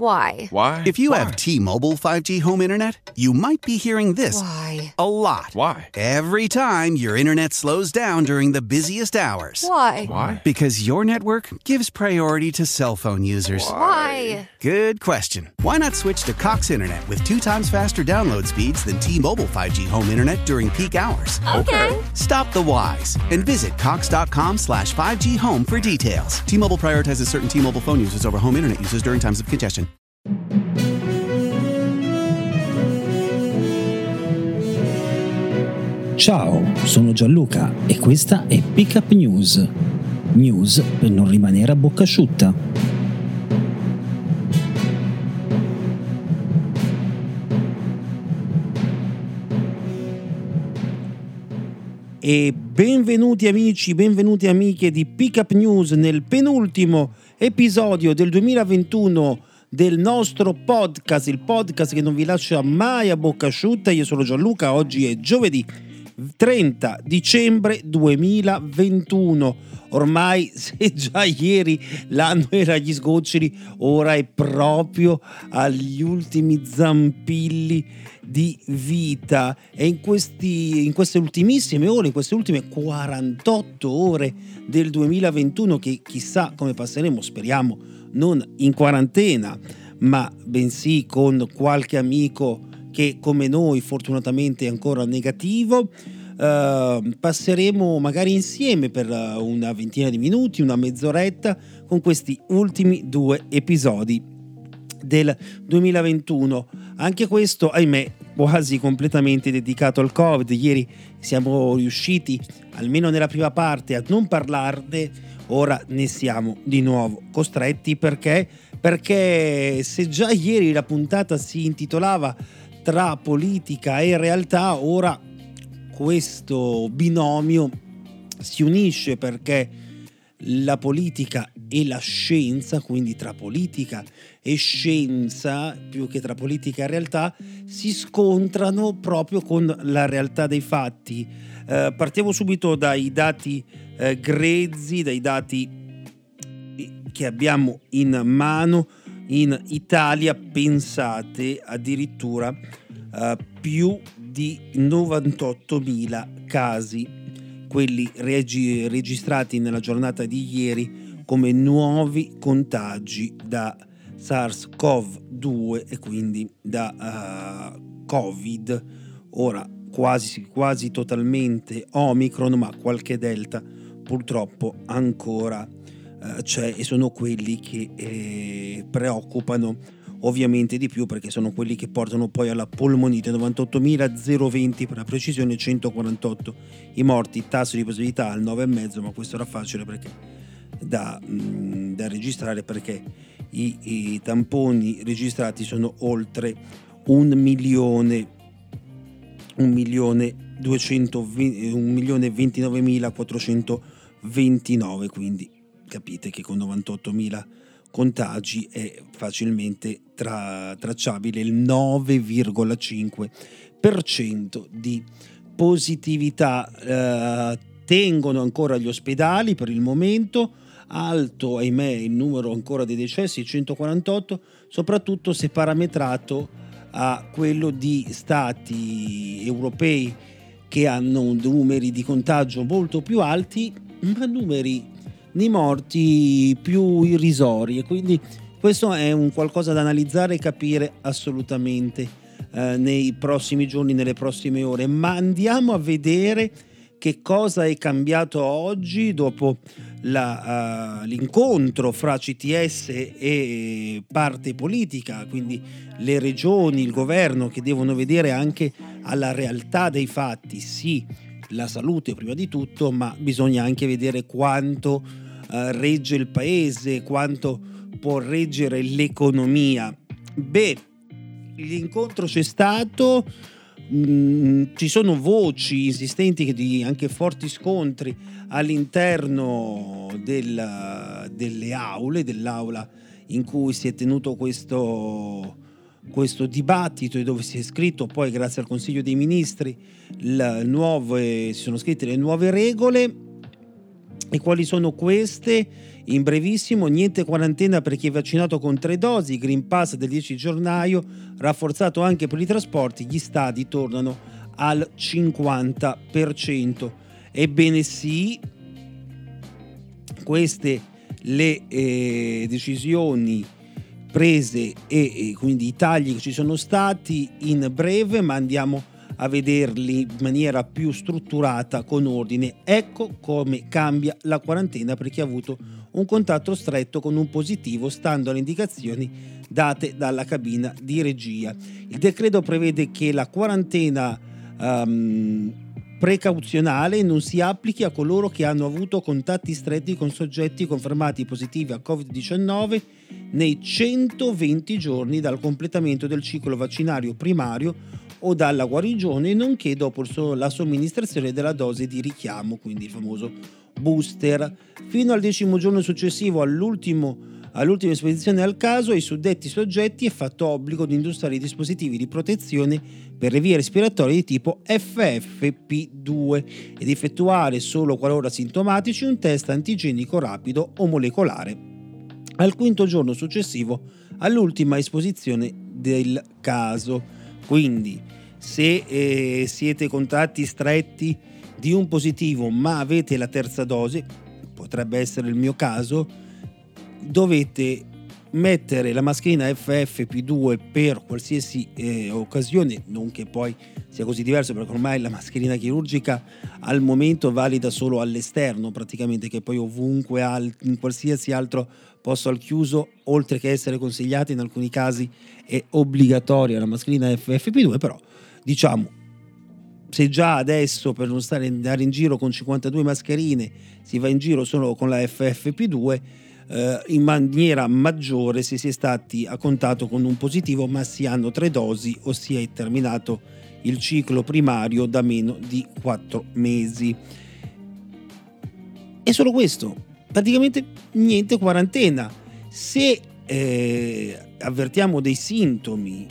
Why? Why? If you have T-Mobile 5G home internet, you might be hearing this Why? a lot. Why? Every time your internet slows down during the busiest hours. Why? Why? Because your network gives priority to cell phone users. Why? Good question. Why not switch to Cox Internet with 2 times faster download speeds than T-Mobile 5G home internet during peak hours? Okay. Stop the whys and visit cox.com/5G home for details. T-Mobile prioritizes certain T-Mobile phone users over home internet users during times of congestion. Ciao, sono Gianluca e questa è Pick Up News. News per non rimanere a bocca asciutta. E benvenuti amici, benvenuti amiche di Pick Up News nel penultimo episodio del 2021 del nostro podcast, il podcast che non vi lascia mai a bocca asciutta. Io sono Gianluca, oggi è giovedì 30 dicembre 2021. Ormai, se già ieri l'anno era agli sgoccioli, ora è proprio agli ultimi zampilli di vita. E in queste ultimissime ore, in queste ultime 48 ore del 2021, che chissà come passeremo, speriamo non in quarantena, ma bensì con qualche amico che come noi fortunatamente è ancora negativo, passeremo magari insieme per una ventina di minuti, una mezz'oretta con questi ultimi 2 episodi del 2021. Anche questo, ahimè, quasi completamente dedicato al Covid. Ieri siamo riusciti, almeno nella prima parte, a non parlarne. Ora ne siamo di nuovo costretti perché se già ieri la puntata si intitolava Tra politica e realtà, ora questo binomio si unisce perché la politica e la scienza, quindi tra politica e scienza più che tra politica e realtà, si scontrano proprio con la realtà dei fatti. Partiamo subito dai dati grezzi, dai dati che abbiamo in mano. In Italia, pensate, addirittura più di 98.000 casi, quelli registrati nella giornata di ieri come nuovi contagi da SARS-CoV-2 e quindi da Covid. Ora quasi totalmente Omicron, ma qualche Delta purtroppo ancora c'è, e sono quelli che preoccupano ovviamente di più, perché sono quelli che portano poi alla polmonite. 98.020 per la precisione, 148 i morti, tasso di positività al 9,5, ma questo era facile perché da registrare, perché i tamponi registrati sono oltre 1.029.429, quindi capite che con 98.000 contagi è facilmente tracciabile il 9,5% di positività. Tengono ancora gli ospedali per il momento, alto ahimè il numero ancora dei decessi, 148, soprattutto se parametrato a quello di stati europei che hanno numeri di contagio molto più alti, ma numeri di morti più irrisori, e quindi questo è un qualcosa da analizzare e capire assolutamente nei prossimi giorni, nelle prossime ore. Ma andiamo a vedere che cosa è cambiato oggi dopo l'incontro fra CTS e parte politica, quindi le regioni, il governo, che devono vedere anche alla realtà dei fatti. Sì, la salute prima di tutto, ma bisogna anche vedere quanto regge il paese, quanto può reggere l'economia. L'incontro c'è stato, ci sono voci insistenti di anche forti scontri all'interno dell'aula in cui si è tenuto questo dibattito, e dove si è scritto poi, grazie al Consiglio dei Ministri, si sono scritte le nuove regole. E quali sono queste? In brevissimo: niente quarantena per chi è vaccinato con 3 dosi, Green Pass del 10 gennaio, rafforzato anche per i trasporti, gli stadi tornano al 50%. Ebbene sì, queste le decisioni prese e quindi i tagli che ci sono stati in breve, ma andiamo a vederli in maniera più strutturata, con ordine. Ecco come cambia la quarantena per chi ha avuto un contatto stretto con un positivo, stando alle indicazioni date dalla cabina di regia. Il decreto prevede che la quarantena precauzionale non si applichi a coloro che hanno avuto contatti stretti con soggetti confermati positivi a Covid-19 nei 120 giorni dal completamento del ciclo vaccinario primario o dalla guarigione, nonché dopo la somministrazione della dose di richiamo, quindi il famoso booster. Fino al 10° giorno successivo all'ultima esposizione al caso, ai suddetti soggetti è fatto obbligo di indossare i dispositivi di protezione per le vie respiratorie di tipo FFP2 ed effettuare, solo qualora sintomatici, un test antigenico rapido o molecolare al 5° giorno successivo all'ultima esposizione del caso. Quindi, se siete contatti stretti di un positivo ma avete la terza dose, potrebbe essere il mio caso, dovete mettere la mascherina FFP2 per qualsiasi occasione, non che poi sia così diverso, perché ormai la mascherina chirurgica al momento valida solo all'esterno, praticamente, che poi ovunque in qualsiasi altro posto al chiuso, oltre che essere consigliata in alcuni casi, è obbligatoria la mascherina FFP2. Però diciamo, se già adesso, per non andare in giro con 52 mascherine, si va in giro solo con la FFP2, in maniera maggiore se si è stati a contatto con un positivo ma si hanno 3 dosi o si è terminato il ciclo primario da meno di 4 mesi. È solo questo, praticamente niente quarantena. Se avvertiamo dei sintomi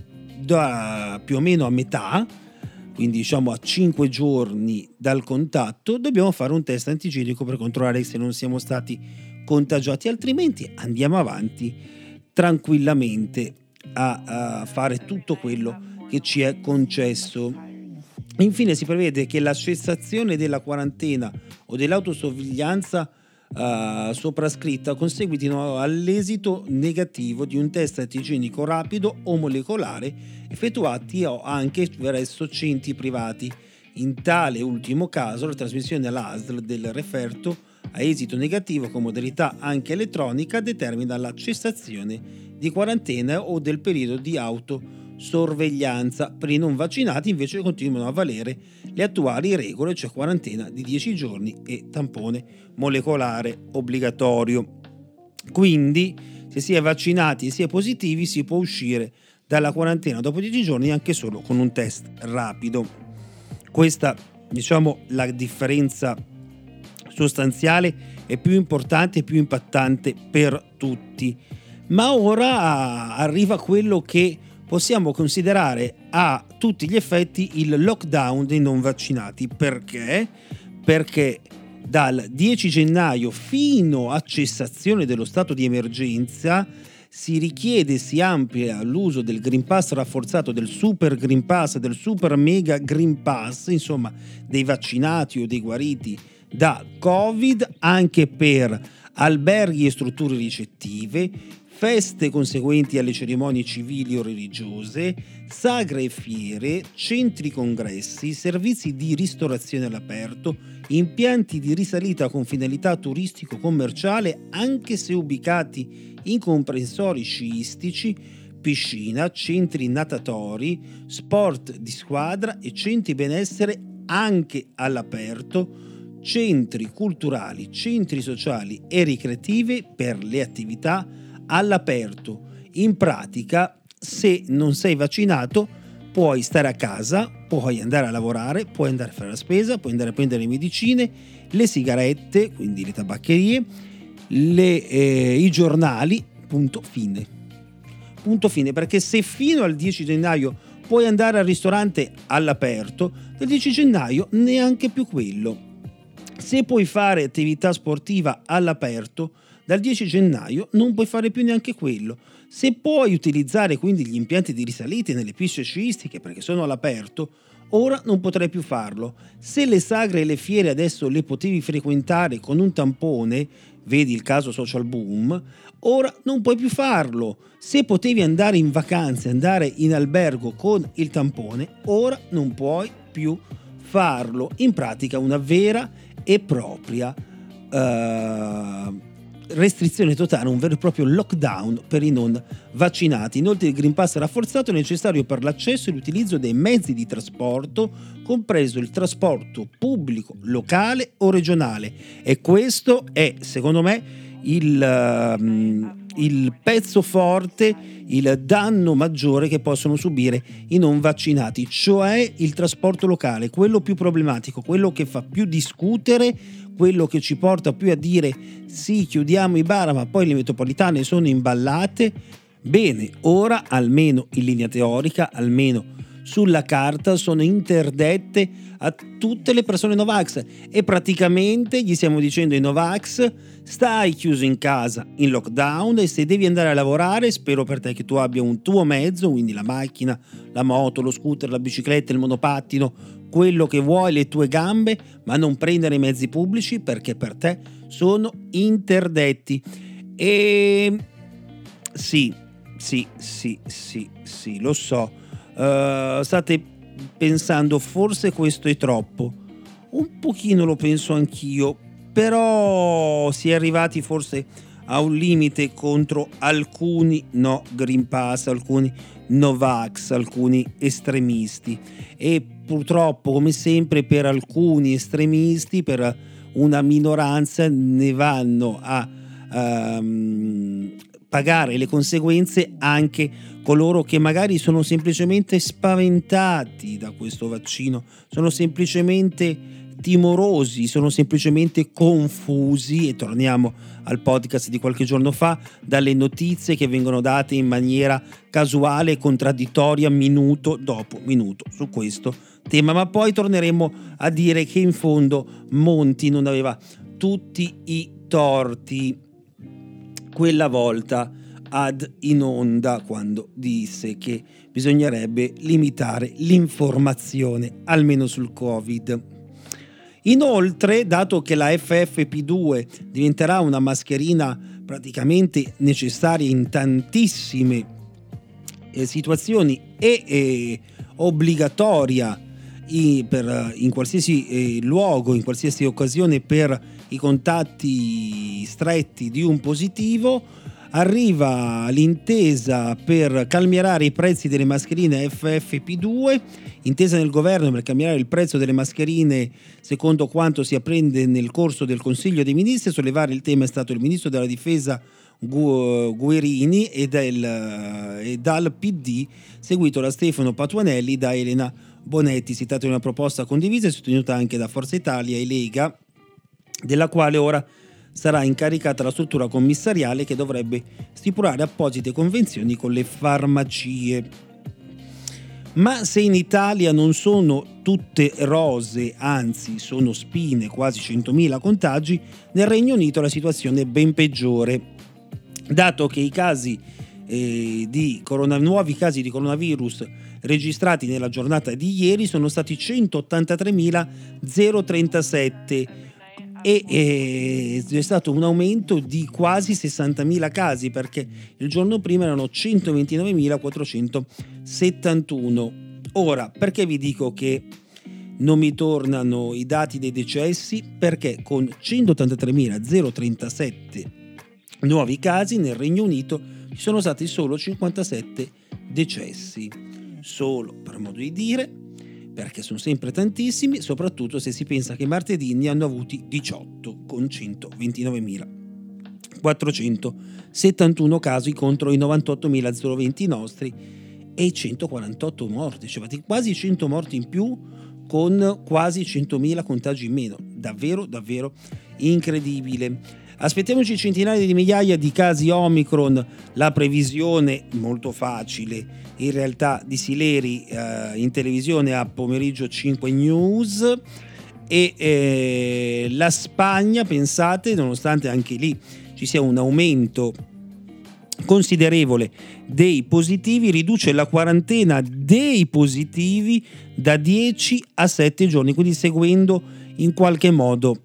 da più o meno a metà, quindi diciamo a 5 giorni dal contatto, dobbiamo fare un test antigenico per controllare se non siamo stati contagiati, altrimenti andiamo avanti tranquillamente a fare tutto quello che ci è concesso. Infine si prevede che la cessazione della quarantena o dell'autosorveglianza soprascritta conseguitino all'esito negativo di un test antigenico rapido o molecolare effettuati anche verso centri privati. In tale ultimo caso la trasmissione all'ASL del referto a esito negativo con modalità anche elettronica determina la cessazione di quarantena o del periodo di autosorveglianza. Per i non vaccinati invece continuano a valere le attuali regole, cioè quarantena di 10 giorni e tampone molecolare obbligatorio. Quindi, se si è vaccinati e si è positivi, si può uscire dalla quarantena dopo 10 giorni anche solo con un test rapido. Questa, diciamo, la differenza sostanziale è più importante e più impattante per tutti. Ma ora arriva quello che possiamo considerare a tutti gli effetti il lockdown dei non vaccinati. Perché? Perché dal 10 gennaio fino a cessazione dello stato di emergenza si richiede, si amplia l'uso del Green Pass rafforzato, del Super Green Pass, del Super Mega Green Pass, insomma dei vaccinati o dei guariti da Covid, anche per alberghi e strutture ricettive, feste conseguenti alle cerimonie civili o religiose, sagre e fiere, centri congressi, servizi di ristorazione all'aperto, impianti di risalita con finalità turistico-commerciale anche se ubicati in comprensori sciistici, piscina, centri natatori, sport di squadra e centri benessere anche all'aperto, centri culturali, centri sociali e ricreative per le attività all'aperto. In pratica, se non sei vaccinato, puoi stare a casa, puoi andare a lavorare, puoi andare a fare la spesa, puoi andare a prendere le medicine, le sigarette, quindi le tabaccherie, i giornali, punto fine. Punto fine, perché se fino al 10 gennaio puoi andare al ristorante all'aperto, dal 10 gennaio neanche più quello. Se puoi fare attività sportiva all'aperto, dal 10 gennaio non puoi fare più neanche quello. Se puoi utilizzare quindi gli impianti di risalite nelle piste sciistiche perché sono all'aperto, ora non potrai più farlo. Se le sagre e le fiere adesso le potevi frequentare con un tampone, vedi il caso Social Boom, ora non puoi più farlo. Se potevi andare in vacanze, andare in albergo con il tampone, ora non puoi più farlo. In pratica una vera e propria restrizione totale, un vero e proprio lockdown per i non vaccinati. Inoltre il Green Pass rafforzato è necessario per l'accesso e l'utilizzo dei mezzi di trasporto, compreso il trasporto pubblico, locale o regionale. E questo è, secondo me, il pezzo forte, il danno maggiore che possono subire i non vaccinati, cioè il trasporto locale, quello più problematico, quello che fa più discutere, quello che ci porta più a dire sì, chiudiamo i bar, ma poi le metropolitane sono imballate. Bene, ora almeno in linea teorica, almeno sulla carta, sono interdette a tutte le persone Novax e praticamente gli stiamo dicendo ai Novax: stai chiuso in casa in lockdown e se devi andare a lavorare, spero per te che tu abbia un tuo mezzo, quindi la macchina, la moto, lo scooter, la bicicletta, il monopattino, quello che vuoi, le tue gambe, ma non prendere i mezzi pubblici perché per te sono interdetti. E sì, lo so. State pensando forse questo è troppo, un pochino lo penso anch'io, però si è arrivati forse a un limite contro alcuni no Green Pass, alcuni Novax, alcuni estremisti, e purtroppo come sempre per alcuni estremisti, per una minoranza, ne vanno a pagare le conseguenze anche coloro che magari sono semplicemente spaventati da questo vaccino, sono semplicemente timorosi, sono semplicemente confusi, e torniamo al podcast di qualche giorno fa, dalle notizie che vengono date in maniera casuale e contraddittoria minuto dopo minuto su questo tema. Ma poi torneremo a dire che in fondo Monti non aveva tutti i torti quella volta in onda quando disse che bisognerebbe limitare l'informazione almeno sul Covid. Inoltre, dato che la FFP2 diventerà una mascherina praticamente necessaria in tantissime situazioni e obbligatoria in qualsiasi luogo, in qualsiasi occasione per i contatti stretti di un positivo, arriva l'intesa per calmierare i prezzi delle mascherine FFP2, intesa del governo per cambiare il prezzo delle mascherine secondo quanto si apprende nel corso del Consiglio dei Ministri. A sollevare il tema è stato il ministro della Difesa Guerini e dal PD, seguito da Stefano Patuanelli, da Elena Bonetti. Si tratta di una proposta condivisa e sostenuta anche da Forza Italia e Lega, della quale ora sarà incaricata la struttura commissariale che dovrebbe stipulare apposite convenzioni con le farmacie. Ma se in Italia non sono tutte rose, anzi sono spine, quasi 100.000 contagi, nel Regno Unito la situazione è ben peggiore, dato che i casi nuovi casi di coronavirus registrati nella giornata di ieri sono stati 183.037 e è stato un aumento di quasi 60.000 casi, perché il giorno prima erano 129.471. Ora, perché vi dico che non mi tornano i dati dei decessi? Perché con 183.037 nuovi casi nel Regno Unito ci sono stati solo 57 decessi, solo per modo di dire, perché sono sempre tantissimi, soprattutto se si pensa che martedì ne hanno avuti 18 con 129.471 casi contro i 98.020 nostri e i 148 morti, cioè quasi 100 morti in più con quasi 100.000 contagi in meno. Davvero incredibile. Aspettiamoci centinaia di migliaia di casi Omicron, la previsione molto facile in realtà di Sileri in televisione a Pomeriggio 5 News, e la Spagna, pensate, nonostante anche lì ci sia un aumento considerevole dei positivi, riduce la quarantena dei positivi da 10 a 7 giorni, quindi seguendo in qualche modo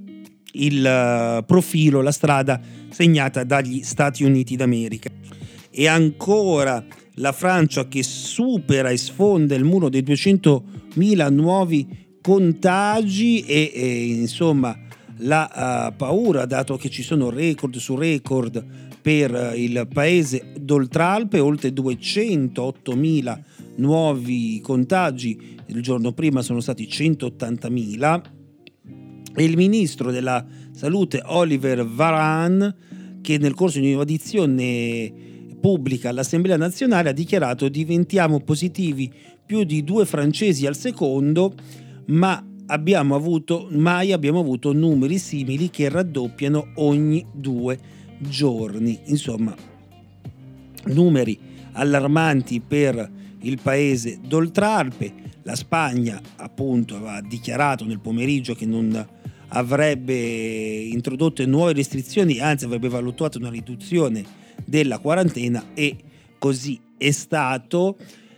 il profilo, la strada segnata dagli Stati Uniti d'America. E ancora la Francia che supera e sfonda il muro dei 200.000 nuovi contagi e insomma la paura, dato che ci sono record su record per il paese d'Oltralpe, oltre 208.000 nuovi contagi, il giorno prima sono stati 180.000, e il ministro della salute Oliver Varane, che nel corso di un'audizione pubblica all'Assemblea nazionale ha dichiarato: diventiamo positivi più di 2 francesi al secondo, ma mai abbiamo avuto numeri simili che raddoppiano ogni 2 giorni. Insomma, numeri allarmanti per il paese d'Oltralpe. La Spagna appunto aveva dichiarato nel pomeriggio che non avrebbe introdotto nuove restrizioni, anzi avrebbe valutato una riduzione della quarantena, e così è stato.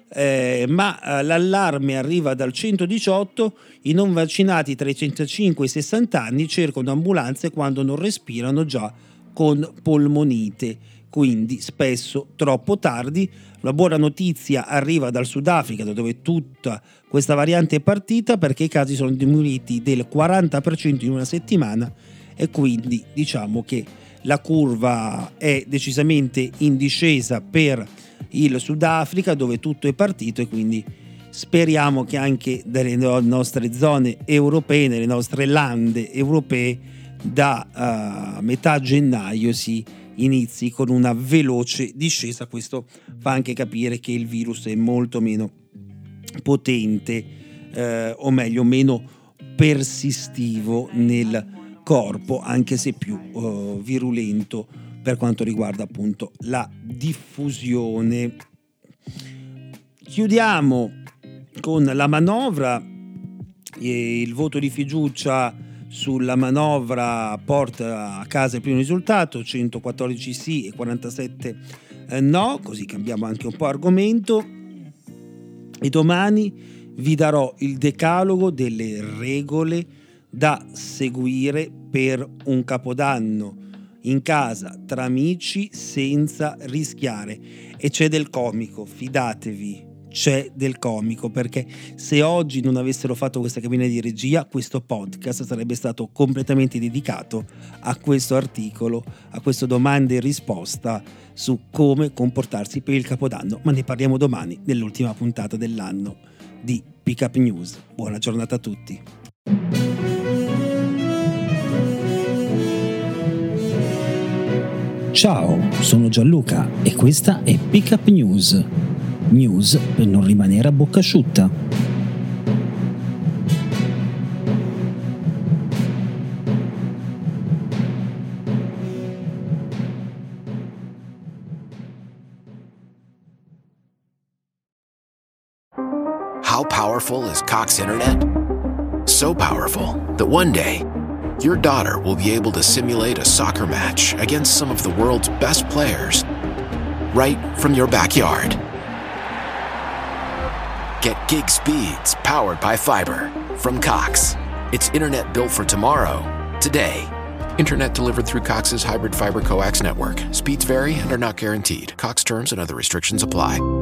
Ma l'allarme arriva dal 118. I non vaccinati tra i 35 e i 60 anni cercano ambulanze quando non respirano già con polmonite, quindi spesso troppo tardi. La buona notizia arriva dal Sudafrica, da dove tutta questa variante è partita, perché i casi sono diminuiti del 40% in una settimana, e quindi diciamo che la curva è decisamente in discesa per il Sudafrica, dove tutto è partito, e quindi speriamo che anche dalle nostre zone europee, nelle nostre lande europee, da metà gennaio si inizi con una veloce discesa. Questo fa anche capire che il virus è molto meno potente, o meglio meno persistivo nel corpo, anche se più virulento per quanto riguarda appunto la diffusione. Chiudiamo con la manovra. Il voto di fiducia sulla manovra porta a casa il primo risultato, 114 sì e 47 no, così cambiamo anche un po' argomento, e domani vi darò il decalogo delle regole da seguire per un capodanno in casa tra amici senza rischiare. E c'è del comico, fidatevi, c'è del comico, perché se oggi non avessero fatto questa cabina di regia, questo podcast sarebbe stato completamente dedicato a questo articolo, a questa domanda e risposta su come comportarsi per il capodanno, ma ne parliamo domani nell'ultima puntata dell'anno di Pick Up News. Buona giornata a tutti. Ciao, sono Gianluca e questa è Pick Up News. News per non rimanere a bocca asciutta. How powerful is Cox Internet? So powerful that one day your daughter will be able to simulate a soccer match against some of the world's best players right from your backyard. Get gig speeds powered by fiber from Cox. It's internet built for tomorrow, today. Internet delivered through Cox's hybrid fiber coax network. Speeds vary and are not guaranteed. Cox terms and other restrictions apply.